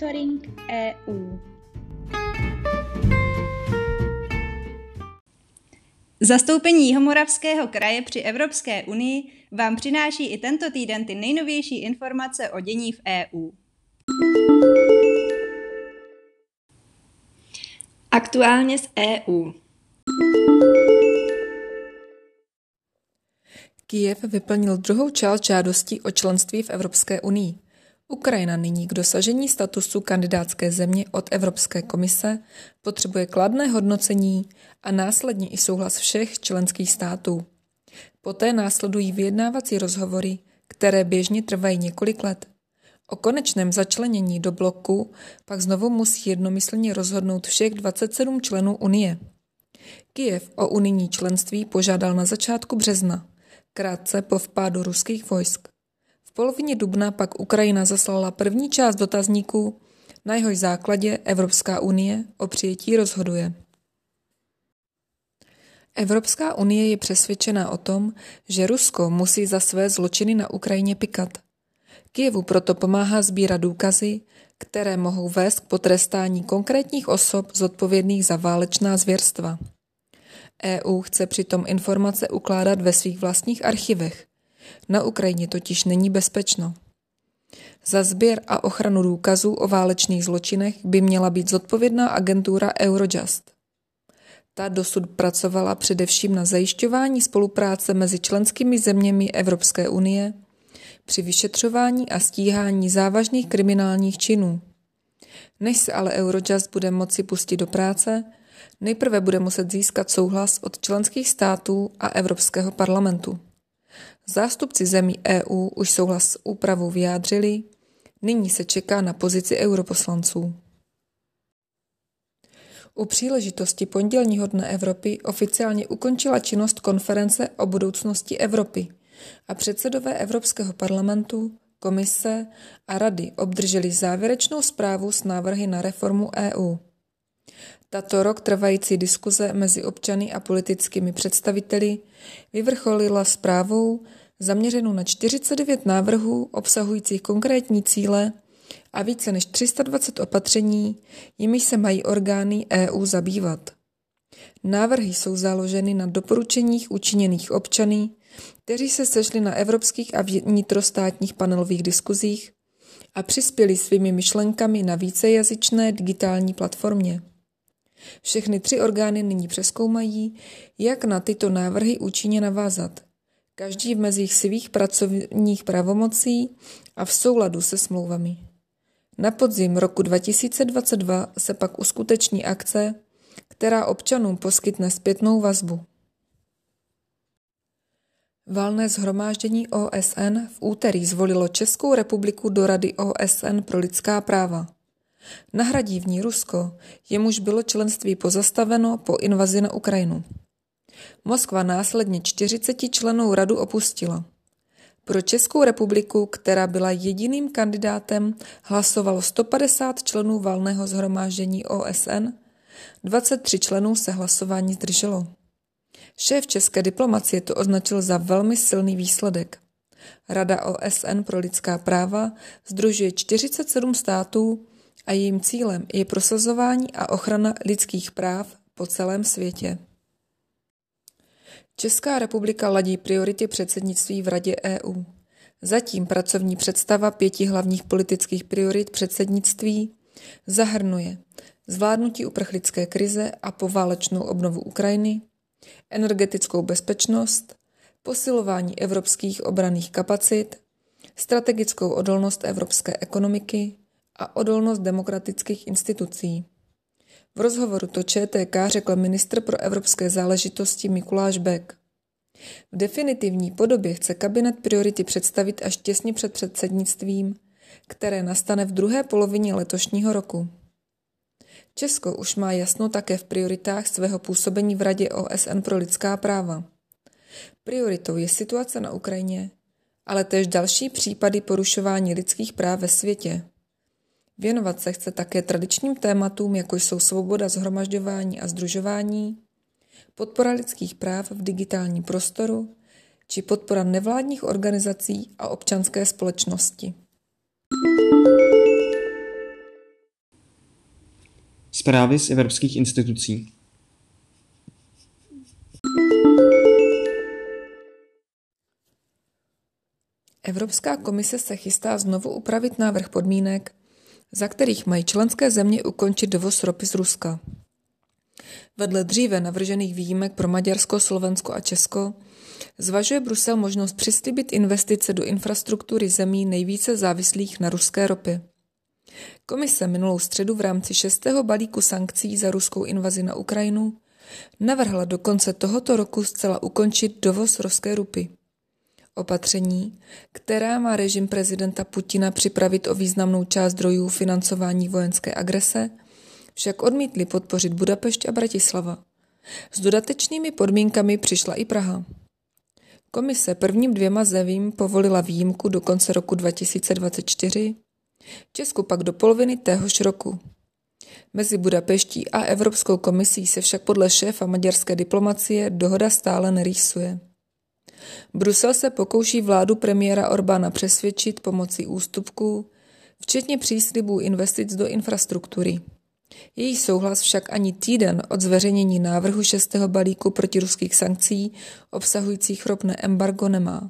Monitoring EU. Zastoupení Jihomoravského kraje při Evropské unii vám přináší i tento týden ty nejnovější informace o dění v EU. Aktuálně z EU. Kyjev vyplnil druhou část žádostí o členství v Evropské unii. Ukrajina nyní k dosažení statusu kandidátské země od Evropské komise potřebuje kladné hodnocení a následně i souhlas všech členských států. Poté následují vyjednávací rozhovory, které běžně trvají několik let. O konečném začlenění do bloku pak znovu musí jednomyslně rozhodnout všech 27 členů Unie. Kyjev o unijní členství požádal na začátku března, krátce po vpádu ruských vojsk. V polovině dubna pak Ukrajina zaslala první část dotazníků, na jehož základě Evropská unie o přijetí rozhoduje. Evropská unie je přesvědčena o tom, že Rusko musí za své zločiny na Ukrajině pykat. Kyjevu proto pomáhá sbírat důkazy, které mohou vést k potrestání konkrétních osob zodpovědných za válečná zvěrstva. EU chce přitom informace ukládat ve svých vlastních archivech. Na Ukrajině totiž není bezpečno. Za sběr a ochranu důkazů o válečných zločinech by měla být zodpovědná agentura Eurojust. Ta dosud pracovala především na zajišťování spolupráce mezi členskými zeměmi Evropské unie při vyšetřování a stíhání závažných kriminálních činů. Než se ale Eurojust bude moci pustit do práce, nejprve bude muset získat souhlas od členských států a Evropského parlamentu. Zástupci zemí EU už souhlas s úpravou vyjádřili, nyní se čeká na pozici europoslanců. U příležitosti pondělního dne Evropy oficiálně ukončila činnost konference o budoucnosti Evropy a předsedové Evropského parlamentu, komise a rady obdrželi závěrečnou zprávu s návrhy na reformu EU. Tato rok trvající diskuze mezi občany a politickými představiteli vyvrcholila zprávou zaměřenou na 49 návrhů obsahujících konkrétní cíle a více než 320 opatření, jimiž se mají orgány EU zabývat. Návrhy jsou založeny na doporučeních učiněných občany, kteří se sešli na evropských a vnitrostátních panelových diskuzích a přispěli svými myšlenkami na vícejazyčné digitální platformě. Všechny 3 orgány nyní přezkoumají, jak na tyto návrhy účinně navázat. Každý v mezích svých pracovních pravomocí a v souladu se smlouvami. Na podzim roku 2022 se pak uskuteční akce, která občanům poskytne zpětnou vazbu. Valné shromáždění OSN v úterý zvolilo Českou republiku do Rady OSN pro lidská práva. Nahradí v ní Rusko, jemuž bylo členství pozastaveno po invazi na Ukrajinu. Moskva následně 40 členů radu opustila. Pro Českou republiku, která byla jediným kandidátem, hlasovalo 150 členů valného shromáždění OSN, 23 členů se hlasování zdrželo. Šéf české diplomacie to označil za velmi silný výsledek. Rada OSN pro lidská práva sdružuje 47 států a jejím cílem je prosazování a ochrana lidských práv po celém světě. Česká republika ladí priority předsednictví v Radě EU. Zatím pracovní představa 5 hlavních politických priorit předsednictví zahrnuje zvládnutí uprchlické krize a poválečnou obnovu Ukrajiny, energetickou bezpečnost, posilování evropských obranných kapacit, strategickou odolnost evropské ekonomiky a odolnost demokratických institucí. V rozhovoru to ČTK řekl ministr pro evropské záležitosti Mikuláš Bek. V definitivní podobě chce kabinet priority představit až těsně před předsednictvím, které nastane v druhé polovině letošního roku. Česko už má jasno také v prioritách svého působení v Radě OSN pro lidská práva. Prioritou je situace na Ukrajině, ale též další případy porušování lidských práv ve světě. Věnovat se chce také tradičním tématům, jako jsou svoboda shromažďování a sdružování, podpora lidských práv v digitálním prostoru či podpora nevládních organizací a občanské společnosti. Zprávy z evropských institucí. Evropská komise se chystá znovu upravit návrh podmínek, za kterých mají členské země ukončit dovoz ropy z Ruska. Vedle dříve navržených výjimek pro Maďarsko, Slovensko a Česko zvažuje Brusel možnost přislíbit investice do infrastruktury zemí nejvíce závislých na ruské ropě. Komise minulou středu v rámci 6. balíku sankcí za ruskou invazi na Ukrajinu navrhla do konce tohoto roku zcela ukončit dovoz ruské ropy. Opatření, která má režim prezidenta Putina připravit o významnou část zdrojů financování vojenské agrese, však odmítli podpořit Budapešť a Bratislava. S dodatečnými podmínkami přišla i Praha. Komise prvním 2 zemím povolila výjimku do konce roku 2024, Česku pak do poloviny téhož roku. Mezi Budapeští a Evropskou komisí se však podle šéfa maďarské diplomacie dohoda stále nerýsuje. Brusel se pokouší vládu premiéra Orbána přesvědčit pomocí ústupků, včetně příslibů investic do infrastruktury. Její souhlas však ani týden od zveřejnění návrhu 6. balíku protiruských sankcí obsahujících ropné embargo nemá.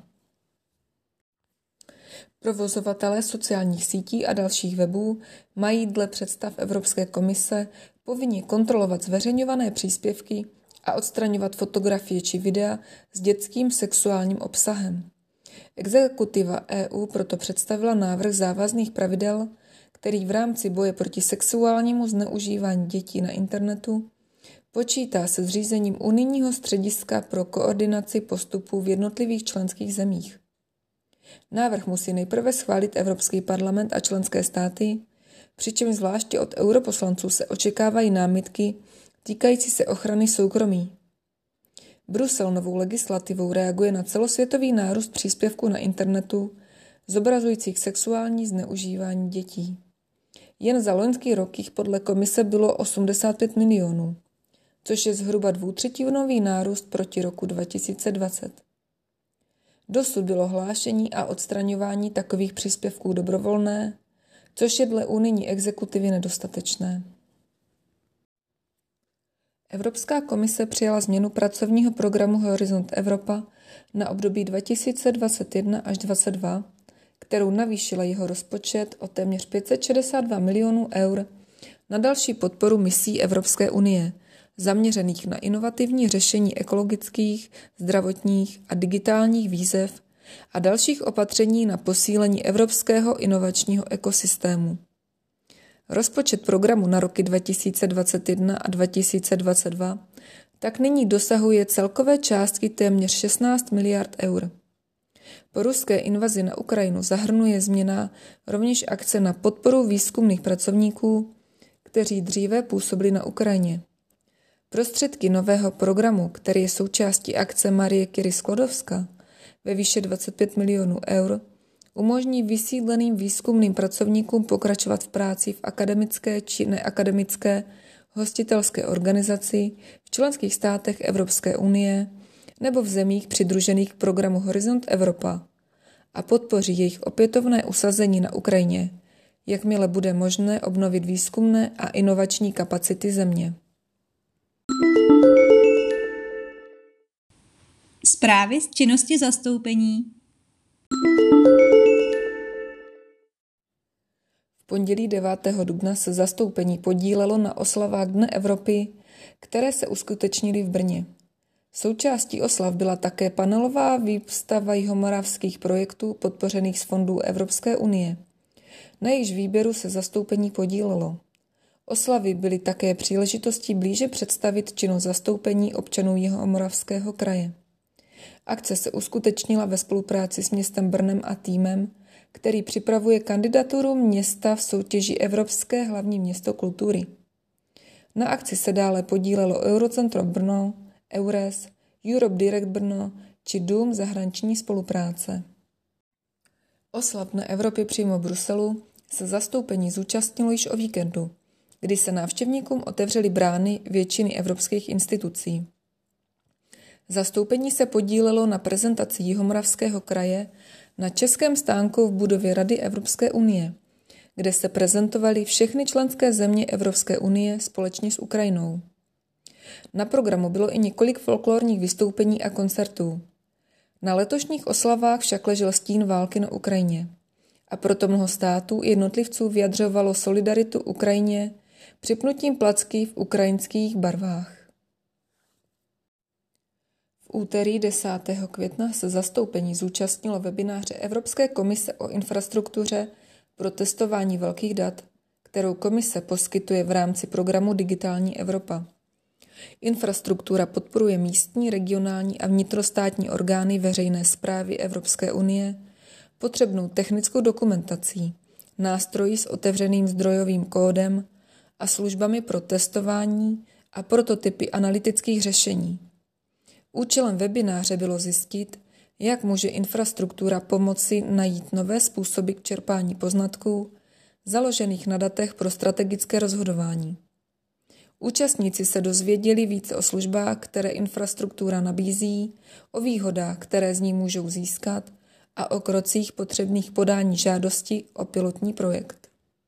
Provozovatelé sociálních sítí a dalších webů mají dle představ Evropské komise povinně kontrolovat zveřejňované příspěvky a odstraňovat fotografie či videa s dětským sexuálním obsahem. Exekutiva EU proto představila návrh závazných pravidel, který v rámci boje proti sexuálnímu zneužívání dětí na internetu počítá se zřízením unijního střediska pro koordinaci postupů v jednotlivých členských zemích. Návrh musí nejprve schválit Evropský parlament a členské státy, přičemž zvláště od europoslanců se očekávají námitky týkající se ochrany soukromí. Brusel novou legislativou reaguje na celosvětový nárůst příspěvků na internetu zobrazujících sexuální zneužívání dětí. Jen za loňský rok jich podle komise bylo 85 milionů, což je zhruba 2/3 nárůst proti roku 2020. Dosud bylo hlášení a odstraňování takových příspěvků dobrovolné, což je dle unijní exekutivy nedostatečné. Evropská komise přijala změnu pracovního programu Horizont Evropa na období 2021 až 2022, kterou navýšila jeho rozpočet o téměř 562 milionů eur na další podporu misí Evropské unie, zaměřených na inovativní řešení ekologických, zdravotních a digitálních výzev a dalších opatření na posílení evropského inovačního ekosystému. Rozpočet programu na roky 2021 a 2022 tak nyní dosahuje celkové částky téměř 16 miliard eur. Po ruské invazi na Ukrajinu zahrnuje změna rovněž akce na podporu výzkumných pracovníků, kteří dříve působili na Ukrajině. Prostředky nového programu, který je součástí akce Marie Curie Sklodowska ve výši 25 milionů eur, umožní vysídleným výzkumným pracovníkům pokračovat v práci v akademické či neakademické hostitelské organizaci v členských státech Evropské unie nebo v zemích přidružených k programu Horizont Evropa a podpoří jejich opětovné usazení na Ukrajině, jakmile bude možné obnovit výzkumné a inovační kapacity země. Zprávy z činnosti zastoupení. V pondělí 9. dubna se zastoupení podílelo na oslavách Dne Evropy, které se uskutečnily v Brně. Součástí oslav byla také panelová výstava jihomoravských projektů podpořených z fondů Evropské unie. Na jejíž výběru se zastoupení podílelo. Oslavy byly také příležitostí blíže představit činnost zastoupení občanů Jihomoravského kraje. Akce se uskutečnila ve spolupráci s městem Brnem a týmem, který připravuje kandidaturu města v soutěži Evropské hlavní město kultury. Na akci se dále podílelo Eurocentrum Brno, EURES, Europe Direct Brno či Dům zahraniční spolupráce. Oslav na Evropě přímo v Bruselu se zastoupení zúčastnilo již o víkendu, kdy se návštěvníkům otevřely brány většiny evropských institucí. Zastoupení se podílelo na prezentaci Jihomoravského kraje na českém stánku v budově Rady Evropské unie, kde se prezentovaly všechny členské země Evropské unie společně s Ukrajinou. Na programu bylo i několik folklorních vystoupení a koncertů. Na letošních oslavách však ležel stín války na Ukrajině a proto mnoho států jednotlivců vyjadřovalo solidaritu Ukrajině připnutím placky v ukrajinských barvách. V úterý 10. května se zastoupení zúčastnilo webináře Evropské komise o infrastruktuře pro testování velkých dat, kterou komise poskytuje v rámci programu Digitální Evropa. Infrastruktura podporuje místní, regionální a vnitrostátní orgány veřejné správy Evropské unie potřebnou technickou dokumentací, nástroji s otevřeným zdrojovým kódem a službami pro testování a prototypy analytických řešení. Účelem webináře bylo zjistit, jak může infrastruktura pomoci najít nové způsoby k čerpání poznatků založených na datech pro strategické rozhodování. Účastníci se dozvěděli více o službách, které infrastruktura nabízí, o výhodách, které z ní můžou získat a o krocích potřebných podání žádosti o pilotní projekt.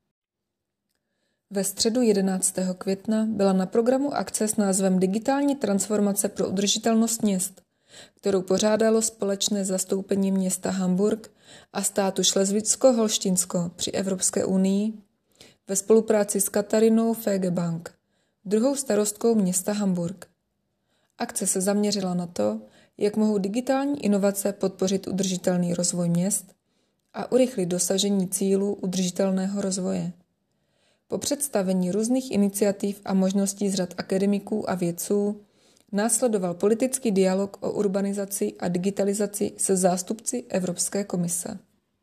Ve středu 11. května byla na programu akce s názvem Digitální transformace pro udržitelnost měst, kterou pořádalo společné zastoupení města Hamburg a státu Šlezvicko-Holštinsko při Evropské unii ve spolupráci s Katarinou Fegebank, druhou starostkou města Hamburg. Akce se zaměřila na to, jak mohou digitální inovace podpořit udržitelný rozvoj měst a urychlit dosažení cílů udržitelného rozvoje. Po představení různých iniciativ a možností z řad akademiků a vědců následoval politický dialog o urbanizaci a digitalizaci se zástupci Evropské komise.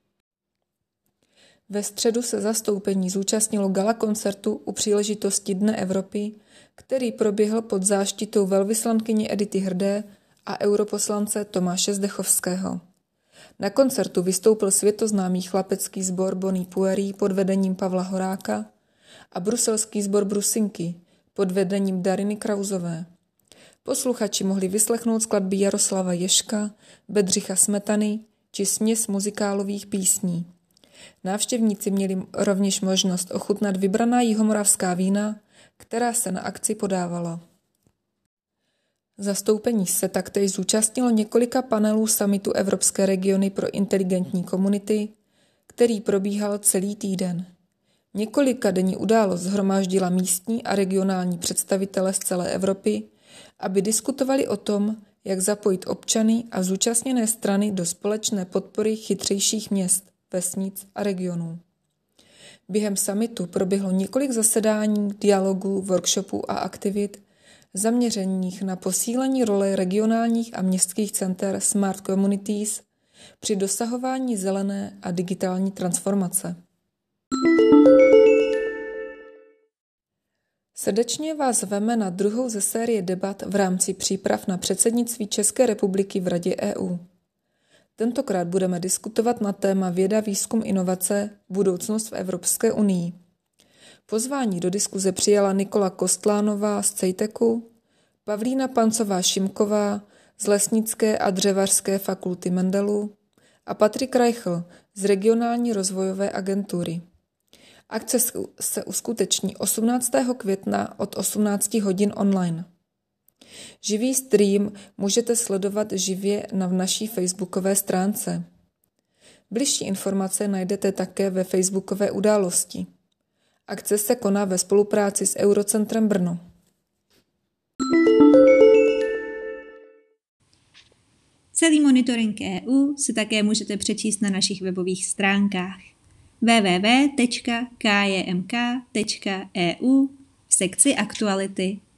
Ve středu se zastoupení zúčastnilo gala koncertu u příležitosti Dne Evropy, který proběhl pod záštitou velvyslankyně Edity Hrdé a europoslance Tomáše Zdechovského. Na koncertu vystoupil světoznámý chlapecký sbor Bonnie Pueri pod vedením Pavla Horáka a bruselský sbor Brusinky pod vedením Dariny Krauzové. Posluchači mohli vyslechnout skladby Jaroslava Ježka, Bedřicha Smetany či směs muzikálových písní. Návštěvníci měli rovněž možnost ochutnat vybraná jihomoravská vína, která se na akci podávala. Zastoupení se taktéž zúčastnilo několika panelů summitu Evropské regiony pro inteligentní komunity, který probíhal celý týden. Několikadenní událost shromáždila místní a regionální představitele z celé Evropy, aby diskutovali o tom, jak zapojit občany a zúčastněné strany do společné podpory chytřejších měst, vesnic a regionů. Během summitu proběhlo několik zasedání, dialogů, workshopů a aktivit zaměřených na posílení role regionálních a městských center Smart Communities při dosahování zelené a digitální transformace. Srdečně vás zveme na druhou ze série debat v rámci příprav na předsednictví České republiky v Radě EU. Tentokrát budeme diskutovat na téma věda, výzkum, inovace, budoucnost v Evropské unii. Pozvání do diskuze přijala Nikola Kostlánová z CEITECu, Pavlína Pancová-Šimková z Lesnické a dřevařské fakulty Mendelu a Patrik Reichl z Regionální rozvojové agentury. Akce se uskuteční 18. května od 18 hodin online. Živý stream můžete sledovat živě na naší facebookové stránce. Bližší informace najdete také ve facebookové události. Akce se koná ve spolupráci s Eurocentrem Brno. Celý monitoring EU si také můžete přečíst na našich webových stránkách www.kjmk.eu v sekci aktuality.